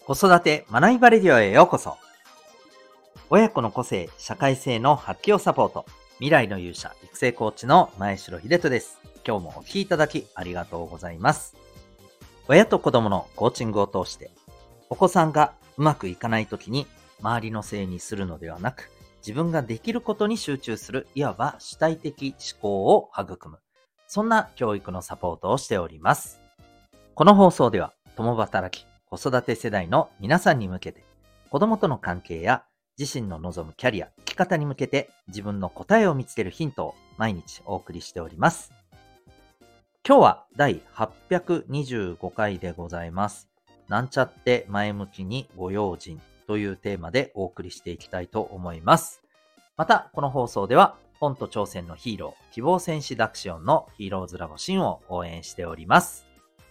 子育て学びバレディオへようこそ。親子の個性、社会性の発揮をサポート。未来の勇者、育成コーチの前城秀人です。今日もお聞きいただきありがとうございます。親と子供のコーチングを通して、お子さんがうまくいかないときに周りのせいにするのではなく、自分ができることに集中する、いわば主体的思考を育む。そんな教育のサポートをしております。この放送では、共働き、子育て世代の皆さんに向けて、子供との関係や自身の望むキャリア、生き方に向けて自分の答えを見つけるヒントを毎日お送りしております。今日は第825回でございます。なんちゃって前向きにご用心というテーマでお送りしていきたいと思います。また、この放送では、本と挑戦のヒーロー、希望戦士ダクシオンのヒーローズラボシンを応援しております。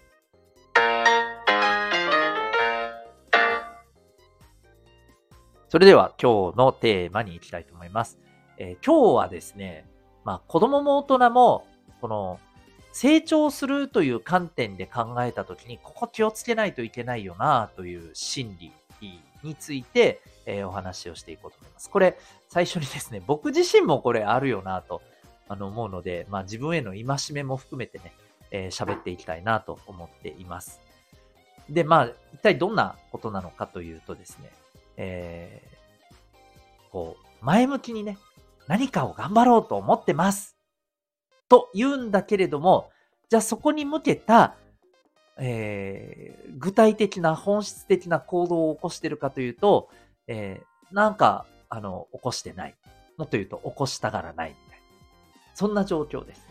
それでは今日のテーマに行きたいと思います。今日はですね、子供も大人もこの成長するという観点で考えたときに、ここ気をつけないといけないよなという心理について、お話をしていこうと思います。これ最初にですね、僕自身もこれあるよなと思うので、自分への戒めも含めてね、喋っていきたいなと思っています。で、一体どんなことなのかというとですね、前向きにね、何かを頑張ろうと思ってますと言うんだけれども、じゃあそこに向けた、具体的な本質的な行動を起こしているかというと、起こしてない。もっと言うと、起こしたがらないみたいな。そんな状況です。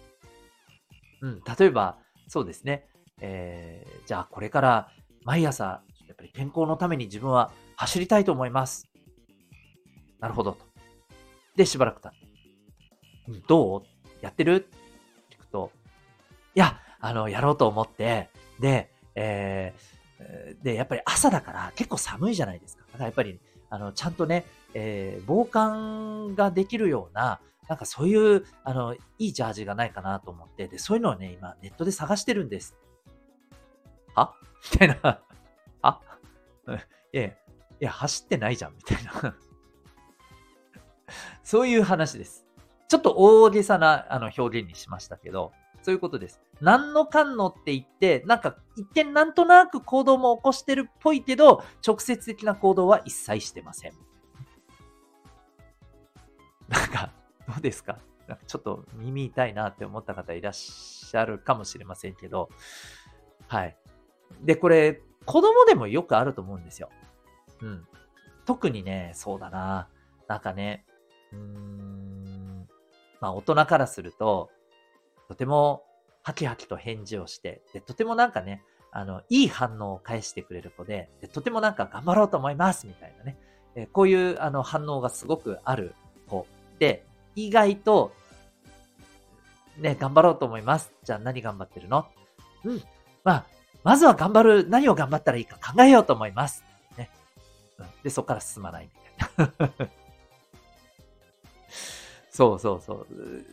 例えば、そうですね。じゃあこれから毎朝、やっぱり健康のために自分は走りたいと思います。なるほどと。で、しばらく経って、どうやってるって聞くと、いや、やろうと思って、で、やっぱり朝だから結構寒いじゃないですか。だからやっぱり、ちゃんとね、防寒ができるような、そういう、いいジャージがないかなと思って、で、そういうのをね、今ネットで探してるんです。はみたいな。はいやいや、いや、走ってないじゃん、みたいな。そういう話です。ちょっと大げさな表現にしましたけど、そういうことです。何のかんのって言って、一見なんとなく行動も起こしてるっぽいけど、直接的な行動は一切してません。どうですか？ちょっと耳痛いなって思った方いらっしゃるかもしれませんけど、はい。で、これ、子供でもよくあると思うんですよ。うん。特にね、そうだな。うーん、大人からすると、とてもハキハキと返事をして、で、とてもいい反応を返してくれる子で、で、とても頑張ろうと思いますみたいなね。こういう反応がすごくある子で、意外と、ね、頑張ろうと思います。じゃあ何頑張ってるの？うん。まずは何を頑張ったらいいか考えようと思います。ね。で、そこから進まないみたいな。そうそうそう。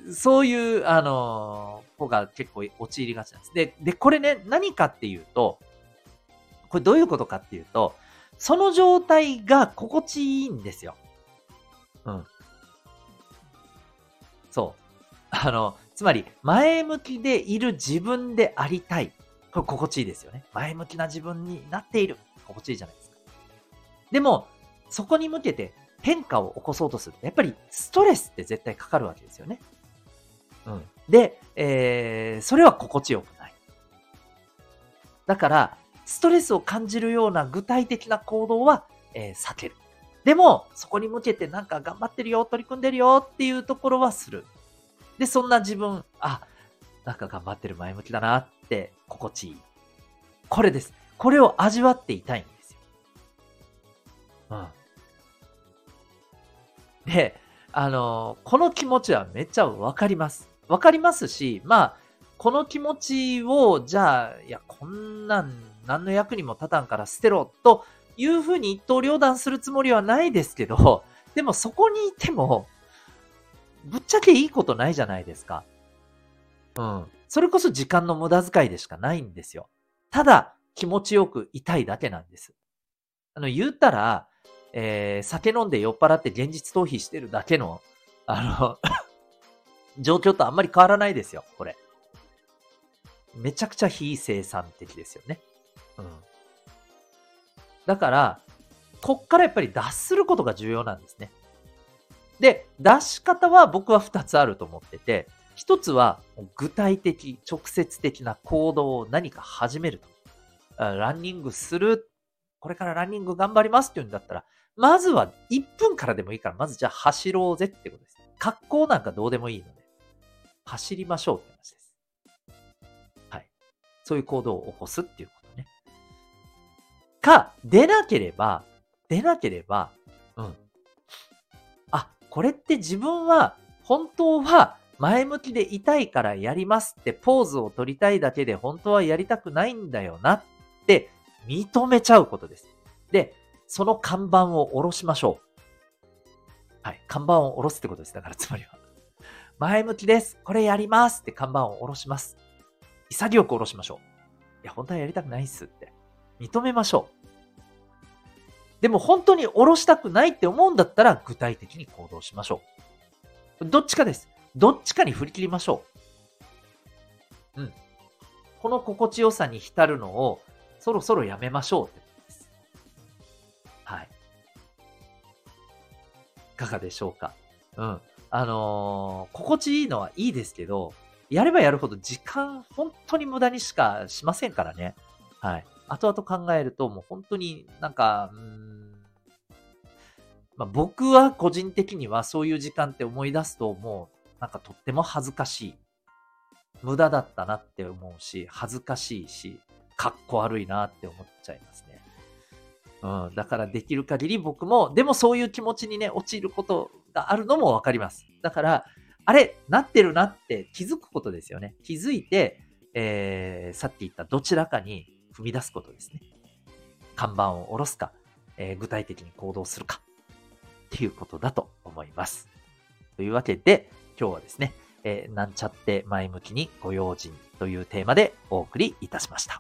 そういう、子が結構陥りがちなんです。で、これね、何かっていうと、これどういうことかっていうと、その状態が心地いいんですよ。うん。そう。つまり、前向きでいる自分でありたい。これ心地いいですよね。前向きな自分になっている。心地いいじゃないですか。でも、そこに向けて変化を起こそうとすると、やっぱりストレスって絶対かかるわけですよね。うん。で、それは心地よくない。だから、ストレスを感じるような具体的な行動は、避ける。でも、そこに向けて頑張ってるよ、取り組んでるよっていうところはする。で、そんな自分、頑張ってる前向きだなって心地いい。これです。これを味わっていたいんですよ。うん。で、この気持ちはめっちゃわかります。わかりますし、この気持ちを、じゃあ、いや、こんなん何の役にも立たんから捨てろというふうに一刀両断するつもりはないですけど、でもそこにいても、ぶっちゃけいいことないじゃないですか。うん。それこそ時間の無駄遣いでしかないんですよ。ただ、気持ちよくいたいだけなんです。 言ったら、酒飲んで酔っ払って現実逃避してるだけの、状況とあんまり変わらないですよ、これ。めちゃくちゃ非生産的ですよね。うん。だから、こっからやっぱり脱することが重要なんですね。で、出し方は僕は2つあると思ってて、1つは具体的、直接的な行動を何か始めると。ランニングする、これからランニング頑張りますっていうんだったら、まずは1分からでもいいから、まずじゃあ走ろうぜってことです。格好なんかどうでもいいので、走りましょうって話です。はい。そういう行動を起こすっていうことね。出なければ、うん。これって自分は本当は前向きでいたいからやりますってポーズを取りたいだけで本当はやりたくないんだよなって認めちゃうことです。で、その看板を下ろしましょう。はい。看板を下ろすってことです。だからつまりは。前向きです。これやりますって看板を下ろします。潔く下ろしましょう。いや、本当はやりたくないっすって。認めましょう。でも本当に下ろしたくないって思うんだったら具体的に行動しましょう。どっちかです。どっちかに振り切りましょう。うん。この心地よさに浸るのをそろそろやめましょうってことです。はい。いかがでしょうか。うん。心地いいのはいいですけど、やればやるほど時間本当に無駄にしかしませんからね。はい。後々考えるともう本当になんか、僕は個人的にはそういう時間って思い出すともうなんかとっても恥ずかしい。無駄だったなって思うし、恥ずかしいし、かっこ悪いなって思っちゃいますね。うん、だからできる限り僕も、でもそういう気持ちにね、陥ることがあるのもわかります。だから、あれ、なってるなって気づくことですよね。気づいて、さっき言ったどちらかに踏み出すことですね。看板を下ろすか、具体的に行動するかっていうことだと思います。というわけで、今日はですね、なんちゃって前向きにご用心というテーマでお送りいたしました。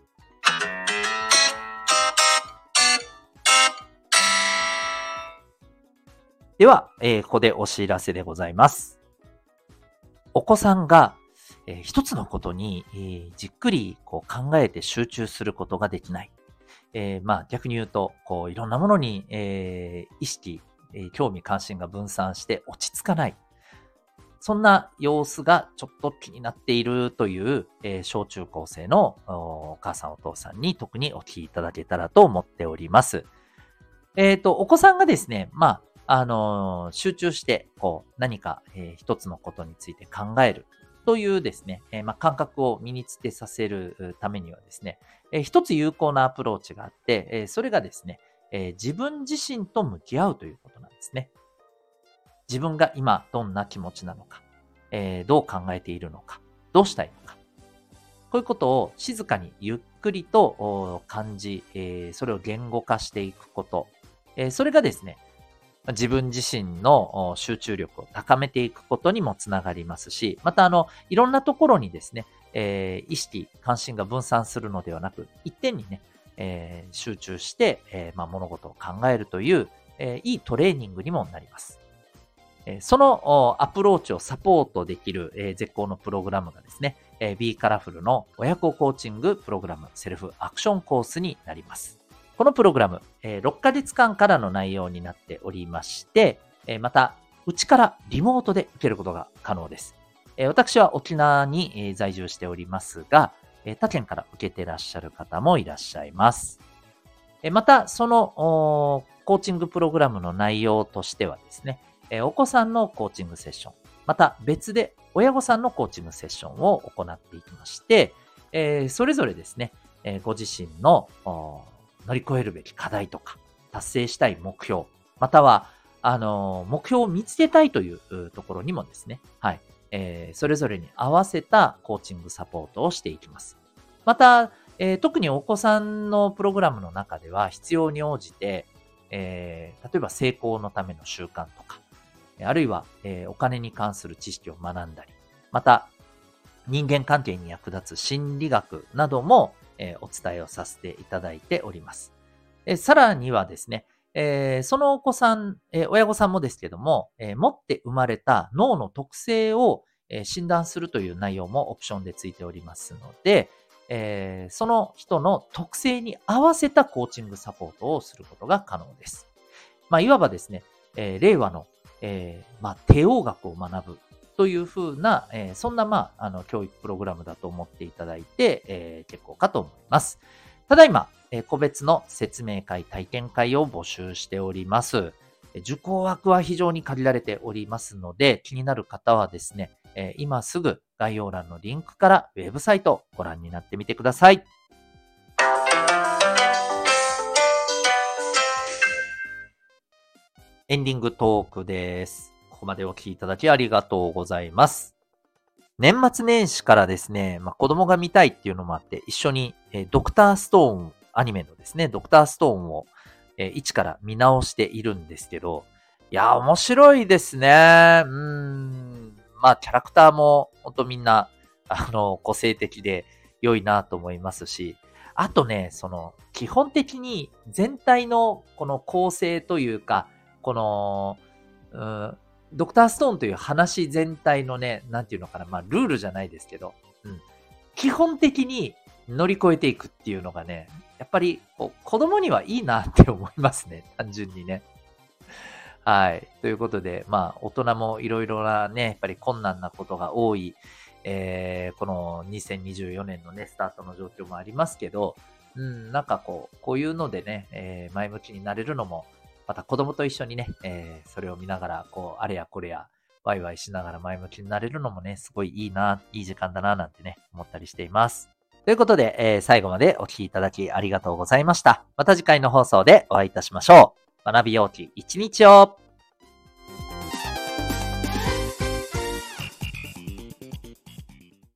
では、ここでお知らせでございます。お子さんが、一つのことに、じっくりこう考えて集中することができない。逆に言うと、こういろんなものに、意識、興味関心が分散して落ち着かない。そんな様子がちょっと気になっているという、小中高生のお母さんお父さんに特にお聞きいただけたらと思っております。お子さんがですね、集中して、こう、何か、一つのことについて考えるというですね、感覚を身につけさせるためにはですね、一つ有効なアプローチがあって、それがですね、自分自身と向き合うということなんですね。自分が今どんな気持ちなのか、どう考えているのか、どうしたいのか。こういうことを静かにゆっくりと感じ、それを言語化していくこと。それがですね、自分自身の集中力を高めていくことにもつながりますし、またいろんなところにですね、意識、関心が分散するのではなく、一点にね、集中して、物事を考えるという、いいトレーニングにもなります。そのアプローチをサポートできる、絶好のプログラムがですね、B カラフルの親子コーチングプログラムセルフアクションコースになります。このプログラム、6ヶ月間からの内容になっておりまして、また、うちからリモートで受けることが可能です。私は沖縄に在住しておりますが、他県から受けてらっしゃる方もいらっしゃいます。また、そのコーチングプログラムの内容としてはですね、お子さんのコーチングセッション、また別で親御さんのコーチングセッションを行っていきまして、それぞれですね、ご自身の乗り越えるべき課題とか、達成したい目標、または、目標を見つけたいというところにもですね、はい、それぞれに合わせたコーチングサポートをしていきます。また、特にお子さんのプログラムの中では必要に応じて、例えば成功のための習慣とか、あるいは、お金に関する知識を学んだり、また人間関係に役立つ心理学なども、お伝えをさせていただいております。 さらにはですね、そのお子さん、親御さんもですけども、持って生まれた脳の特性を、診断するという内容もオプションでついておりますので、その人の特性に合わせたコーチングサポートをすることが可能です。いわばですね、令和の、帝王学を学ぶというふうな、そんな、教育プログラムだと思っていただいて、結構かと思います。ただいま、個別の説明会、体験会を募集しております。受講枠は非常に限られておりますので、気になる方はですね、今すぐ概要欄のリンクからウェブサイトをご覧になってみてください。エンディングトークです。ここまでお聞きいただきありがとうございます。年末年始からですね、子供が見たいっていうのもあって、一緒に、ドクターストーン、アニメのですね、ドクターストーンを、一から見直しているんですけど、いや、面白いですね。キャラクターもほんとみんな、個性的で良いなと思いますし、あとね、基本的に全体のこの構成というか、この、うーん、ドクターストーンという話全体のね、なんていうのかな、ルールじゃないですけど、基本的に乗り越えていくっていうのがね、やっぱり子供にはいいなって思いますね、単純にね。はい。ということで、大人もいろいろなね、やっぱり困難なことが多い、この2024年のね、スタートの状況もありますけど、こういうのでね、前向きになれるのも、また子供と一緒にね、それを見ながら、あれやこれや、ワイワイしながら前向きになれるのもね、すごいいいな、いい時間だな、なんてね、思ったりしています。ということで、最後までお聞きいただきありがとうございました。また次回の放送でお会いいたしましょう。学びようき一日を